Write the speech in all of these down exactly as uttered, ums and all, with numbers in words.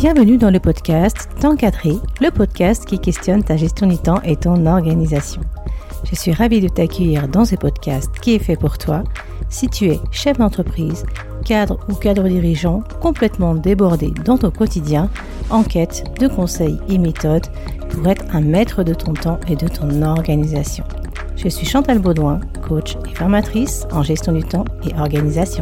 Bienvenue dans le podcast Temps cadré, le podcast qui questionne ta gestion du temps et ton organisation. Je suis ravie de t'accueillir dans ce podcast qui est fait pour toi si tu es chef d'entreprise, cadre ou cadre dirigeant complètement débordé dans ton quotidien en quête de conseils et méthodes pour être un maître de ton temps et de ton organisation. Je suis Chantal Baudouin, coach et formatrice en gestion du temps et organisation.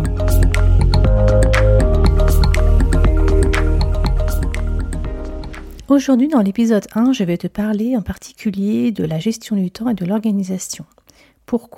Aujourd'hui, dans l'épisode un, je vais te parler en particulier de la gestion du temps et de l'organisation. Pourquoi ?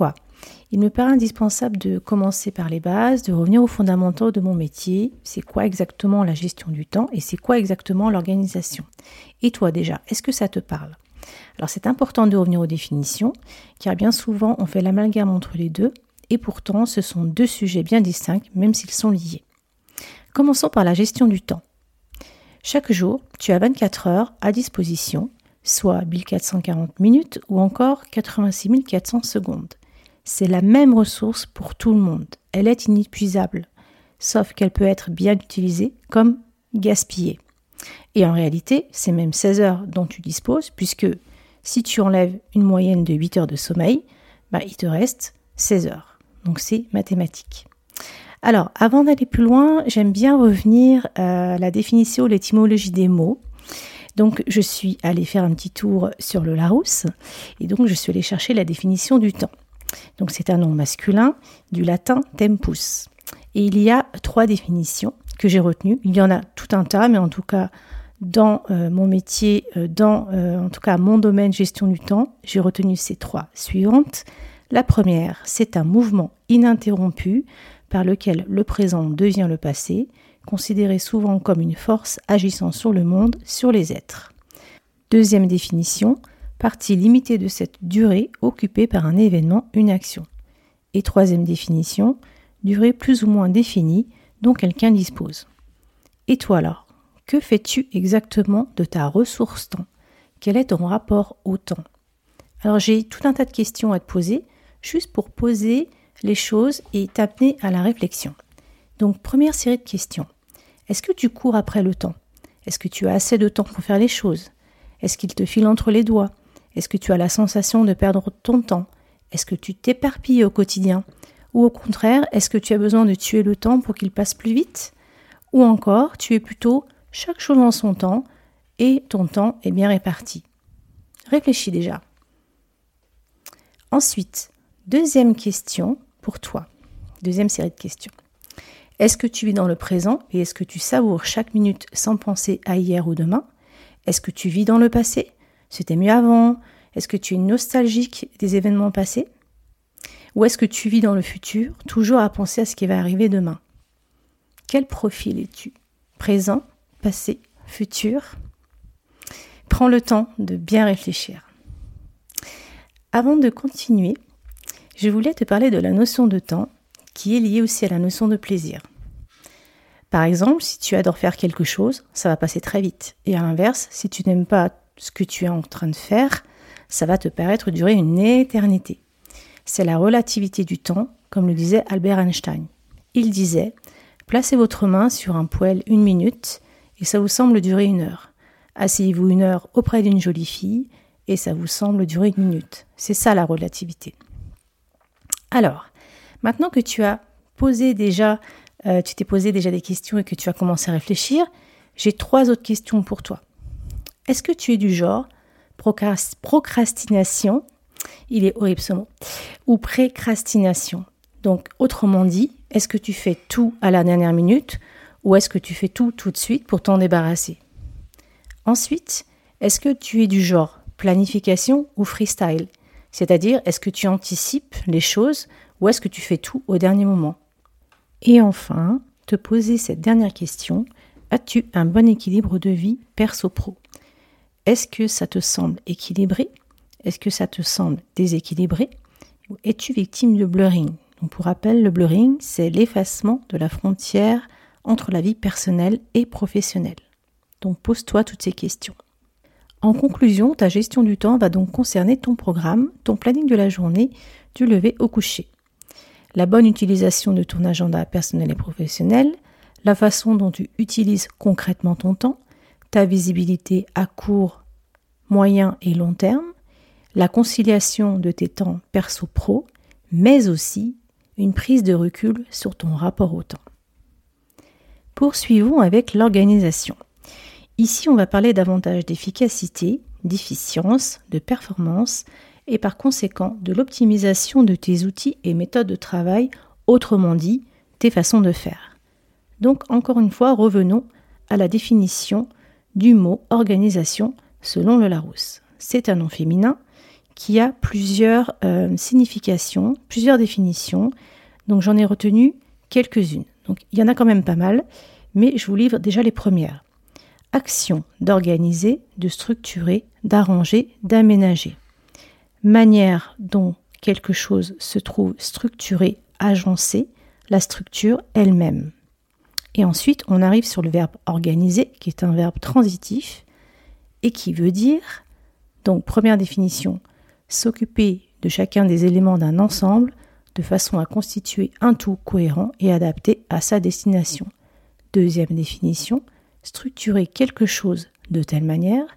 Il me paraît indispensable de commencer par les bases, de revenir aux fondamentaux de mon métier. C'est quoi exactement la gestion du temps et c'est quoi exactement l'organisation ? Et toi déjà, est-ce que ça te parle ? Alors c'est important de revenir aux définitions, car bien souvent on fait l'amalgame entre les deux, et pourtant ce sont deux sujets bien distincts, même s'ils sont liés. Commençons par la gestion du temps. Chaque jour, tu as vingt-quatre heures à disposition, soit mille quatre cent quarante minutes ou encore quatre-vingt-six mille quatre cents secondes. C'est la même ressource pour tout le monde. Elle est inépuisable, sauf qu'elle peut être bien utilisée comme gaspillée. Et en réalité, c'est même seize heures dont tu disposes, puisque si tu enlèves une moyenne de huit heures de sommeil, bah, il te reste seize heures. Donc c'est mathématique. Alors, avant d'aller plus loin, j'aime bien revenir à la définition, l'étymologie des mots. Donc, je suis allée faire un petit tour sur le Larousse, et donc je suis allée chercher la définition du temps. Donc, c'est un nom masculin du latin tempus. Et il y a trois définitions que j'ai retenues. Il y en a tout un tas, mais en tout cas, dans euh, mon métier, euh, dans euh, en tout cas mon domaine gestion du temps, j'ai retenu ces trois suivantes. La première, c'est un mouvement ininterrompu par lequel le présent devient le passé, considéré souvent comme une force agissant sur le monde, sur les êtres. Deuxième définition, partie limitée de cette durée occupée par un événement, une action. Et troisième définition, durée plus ou moins définie dont quelqu'un dispose. Et toi alors, que fais-tu exactement de ta ressource temps ? Quel est ton rapport au temps ? Alors j'ai tout un tas de questions à te poser, juste pour poser les choses et t'amener à la réflexion. Donc première série de questions. Est-ce que tu cours après le temps ? Est-ce que tu as assez de temps pour faire les choses ? Est-ce qu'il te file entre les doigts ? Est-ce que tu as la sensation de perdre ton temps ? Est-ce que tu t'éparpilles au quotidien ? Ou au contraire, est-ce que tu as besoin de tuer le temps pour qu'il passe plus vite ? Ou encore, tu es plutôt chaque chose en son temps et ton temps est bien réparti. Réfléchis déjà. Ensuite, deuxième question pour toi. Deuxième série de questions. Est-ce que tu vis dans le présent et est-ce que tu savoures chaque minute sans penser à hier ou demain ? Est-ce que tu vis dans le passé ? C'était mieux avant ? Est-ce que tu es nostalgique des événements passés ? Ou est-ce que tu vis dans le futur, toujours à penser à ce qui va arriver demain ? Quel profil es-tu ? Présent, passé, futur ? Prends le temps de bien réfléchir. Avant de continuer, je voulais te parler de la notion de temps qui est liée aussi à la notion de plaisir. Par exemple, si tu adores faire quelque chose, ça va passer très vite. Et à l'inverse, si tu n'aimes pas ce que tu es en train de faire, ça va te paraître durer une éternité. C'est la relativité du temps, comme le disait Albert Einstein. Il disait « Placez votre main sur un poêle une minute et ça vous semble durer une heure. Asseyez-vous une heure auprès d'une jolie fille et ça vous semble durer une minute. » C'est ça la relativité. Alors, maintenant que tu as posé déjà, euh, tu t'es posé déjà des questions et que tu as commencé à réfléchir, j'ai trois autres questions pour toi. Est-ce que tu es du genre procrast- procrastination, il est horrible ce mot, ou précrastination ? Donc, autrement dit, est-ce que tu fais tout à la dernière minute ou est-ce que tu fais tout tout de suite pour t'en débarrasser ? Ensuite, est-ce que tu es du genre planification ou freestyle ? C'est-à-dire, est-ce que tu anticipes les choses ou est-ce que tu fais tout au dernier moment ? Et enfin, te poser cette dernière question, as-tu un bon équilibre de vie perso-pro ? Est-ce que ça te semble équilibré ? Est-ce que ça te semble déséquilibré ? Ou es-tu victime de blurring ? Donc pour rappel, le blurring, c'est l'effacement de la frontière entre la vie personnelle et professionnelle. Donc pose-toi toutes ces questions. En conclusion, ta gestion du temps va donc concerner ton programme, ton planning de la journée, du lever au coucher. La bonne utilisation de ton agenda personnel et professionnel, la façon dont tu utilises concrètement ton temps, ta visibilité à court, moyen et long terme, la conciliation de tes temps perso-pro, mais aussi une prise de recul sur ton rapport au temps. Poursuivons avec l'organisation. Ici, on va parler davantage d'efficacité, d'efficience, de performance et par conséquent de l'optimisation de tes outils et méthodes de travail, autrement dit, tes façons de faire. Donc, encore une fois, revenons à la définition du mot organisation selon le Larousse. C'est un nom féminin qui a plusieurs euh, significations, plusieurs définitions. Donc j'en ai retenu quelques-unes. Donc il y en a quand même pas mal, mais je vous livre déjà les premières. Action d'organiser, de structurer, d'arranger, d'aménager. Manière dont quelque chose se trouve structuré, agencé, la structure elle-même. Et ensuite, on arrive sur le verbe organiser, qui est un verbe transitif, et qui veut dire, donc première définition, s'occuper de chacun des éléments d'un ensemble de façon à constituer un tout cohérent et adapté à sa destination. Deuxième définition, structurer quelque chose de telle manière.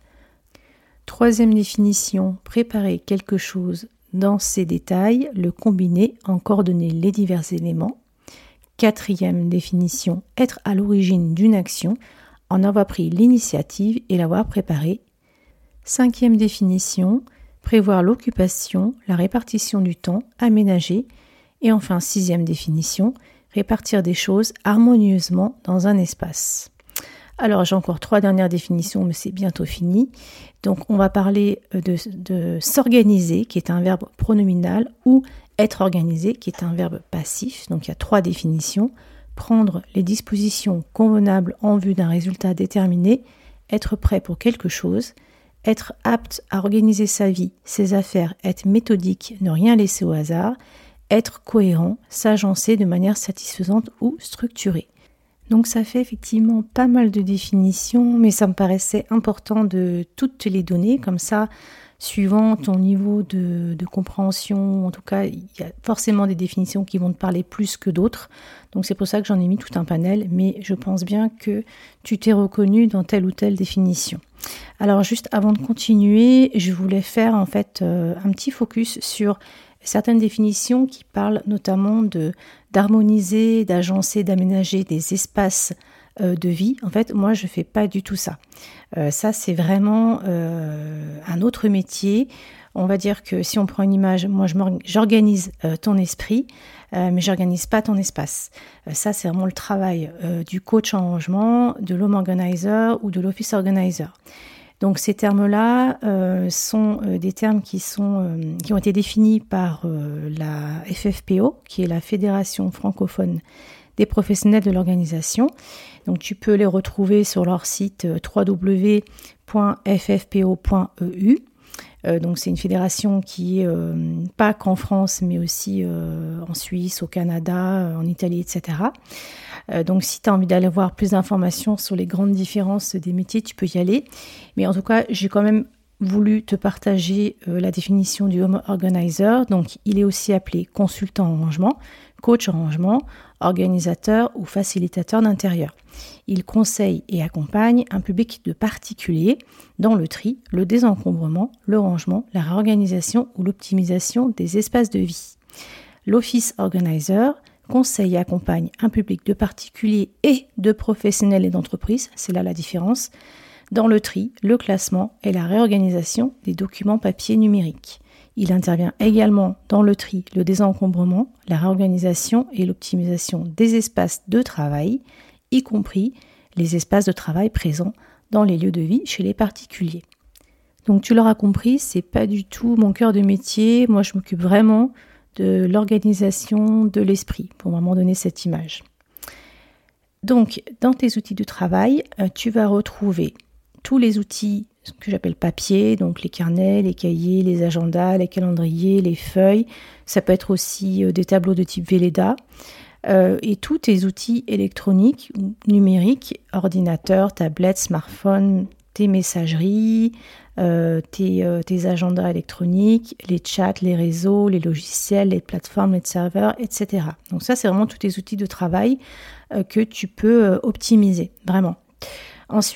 Troisième définition, préparer quelque chose dans ses détails, le combiner, en coordonner les divers éléments. Quatrième définition, être à l'origine d'une action, en avoir pris l'initiative et l'avoir préparée. Cinquième définition, prévoir l'occupation, la répartition du temps, aménager. Et enfin, sixième définition, répartir des choses harmonieusement dans un espace. Alors, j'ai encore trois dernières définitions, mais c'est bientôt fini. Donc, on va parler de, de s'organiser, qui est un verbe pronominal, ou être organisé, qui est un verbe passif. Donc, il y a trois définitions. Prendre les dispositions convenables en vue d'un résultat déterminé, être prêt pour quelque chose, être apte à organiser sa vie, ses affaires, être méthodique, ne rien laisser au hasard, être cohérent, s'agencer de manière satisfaisante ou structurée. Donc ça fait effectivement pas mal de définitions, mais ça me paraissait important de toutes les donner, comme ça, suivant ton niveau de, de compréhension, en tout cas, il y a forcément des définitions qui vont te parler plus que d'autres, donc c'est pour ça que j'en ai mis tout un panel, mais je pense bien que tu t'es reconnu dans telle ou telle définition. Alors juste avant de continuer, je voulais faire en fait euh, un petit focus sur certaines définitions qui parlent notamment de d'harmoniser, d'agencer, d'aménager des espaces euh, de vie. En fait, moi, je fais pas du tout ça. Euh, ça, c'est vraiment euh, un autre métier. On va dire que si on prend une image, moi, je j'organise euh, ton esprit, euh, mais j'organise pas ton espace. Euh, ça, c'est vraiment le travail euh, du coach en rangement, de l'home organizer ou de l'office organizer. Donc ces termes-là euh, sont euh, des termes qui, sont, euh, qui ont été définis par euh, la F F P O, qui est la Fédération francophone des professionnels de l'organisation. Donc tu peux les retrouver sur leur site euh, w w w point f f p o point e u. Euh, donc c'est une fédération qui est euh, pas qu'en France, mais aussi euh, en Suisse, au Canada, en Italie, et cetera. Euh, donc si tu as envie d'aller voir plus d'informations sur les grandes différences des métiers, tu peux y aller. Mais en tout cas, j'ai quand même voulu te partager euh, la définition du home organizer. Donc il est aussi appelé consultant en rangement, coach en rangement, organisateur ou facilitateur d'intérieur. Il conseille et accompagne un public de particuliers dans le tri, le désencombrement, le rangement, la réorganisation ou l'optimisation des espaces de vie. L'office organizer conseille et accompagne un public de particuliers et de professionnels et d'entreprises, c'est là la différence, dans le tri, le classement et la réorganisation des documents papier numériques. Il intervient également dans le tri, le désencombrement, la réorganisation et l'optimisation des espaces de travail, y compris les espaces de travail présents dans les lieux de vie chez les particuliers. Donc tu l'auras compris, c'est pas du tout mon cœur de métier. Moi, je m'occupe vraiment de l'organisation de l'esprit, pour vraiment donner cette image. Donc, dans tes outils de travail, tu vas retrouver tous les outils que j'appelle papier, donc les carnets, les cahiers, les agendas, les calendriers, les feuilles. Ça peut être aussi des tableaux de type Velleda. Euh, et tous tes outils électroniques ou numériques, ordinateur, tablette, smartphone, tes messageries, euh, tes, euh, tes agendas électroniques, les chats, les réseaux, les logiciels, les plateformes, les serveurs, et cetera. Donc ça, c'est vraiment tous tes outils de travail euh, que tu peux euh, optimiser, vraiment. Ensuite,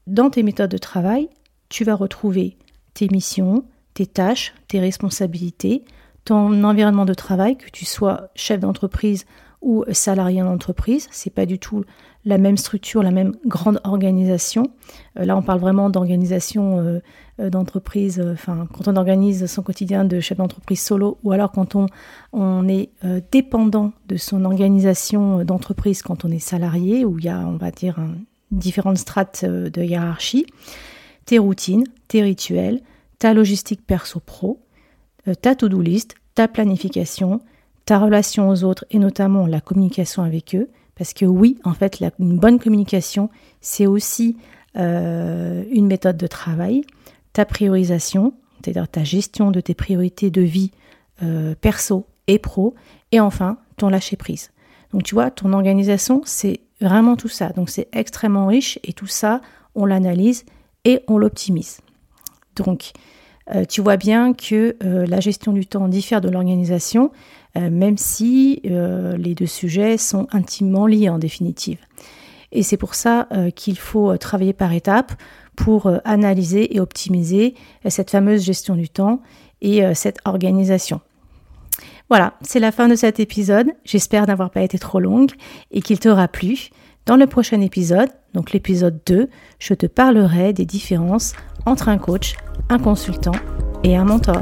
dans tes méthodes de travail, tu vas retrouver tes missions, tes tâches, tes responsabilités, ton environnement de travail, que tu sois chef d'entreprise ou salarié en entreprise. C'est pas du tout la même structure, la même grande organisation. Euh, là, on parle vraiment d'organisation euh, d'entreprise, euh, enfin, quand on organise son quotidien de chef d'entreprise solo, ou alors quand on, on est euh, dépendant de son organisation d'entreprise quand on est salarié, où il y a, on va dire, un, différentes strates de hiérarchie, tes routines, tes rituels, ta logistique perso-pro, euh, ta to-do list, ta planification, ta relation aux autres et notamment la communication avec eux. Parce que oui, en fait, la, une bonne communication, c'est aussi euh, une méthode de travail. Ta priorisation, c'est-à-dire ta gestion de tes priorités de vie euh, perso et pro. Et enfin, ton lâcher-prise. Donc tu vois, ton organisation, c'est vraiment tout ça. Donc c'est extrêmement riche et tout ça, on l'analyse et on l'optimise. Donc, euh, tu vois bien que euh, la gestion du temps diffère de l'organisation, euh, même si euh, les deux sujets sont intimement liés en définitive. Et c'est pour ça euh, qu'il faut travailler par étapes pour euh, analyser et optimiser euh, cette fameuse gestion du temps et euh, cette organisation. Voilà, c'est la fin de cet épisode. J'espère n'avoir pas été trop longue et qu'il t'aura plu. Dans le prochain épisode, donc l'épisode deux, je te parlerai des différences entre un coach, un consultant et un mentor.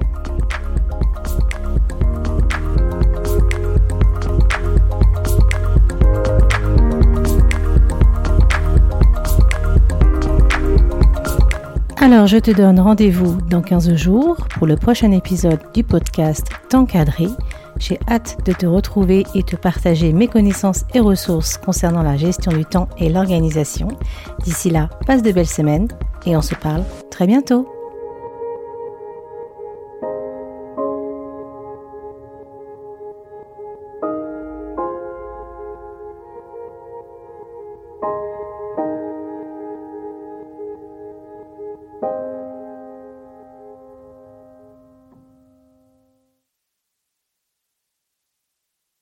Alors, je te donne rendez-vous dans quinze jours pour le prochain épisode du podcast T'encadrer. J'ai hâte de te retrouver et te partager mes connaissances et ressources concernant la gestion du temps et l'organisation. D'ici là, passe de belles semaines et on se parle très bientôt.